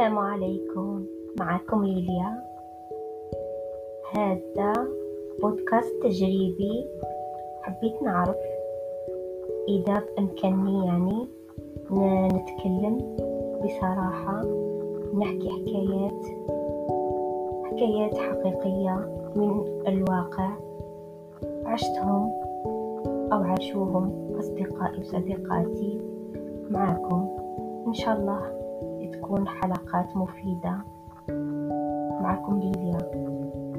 السلام عليكم. معكم ليليا. هذا بودكاست تجريبي. حبيت نعرف إذا بإمكاني نتكلم بصراحة، نحكي حكايات حقيقية من الواقع عشتهم أو عاشوهم أصدقائي وصديقاتي معكم. إن شاء الله تكون حلقات مفيدة. معكم ليليا.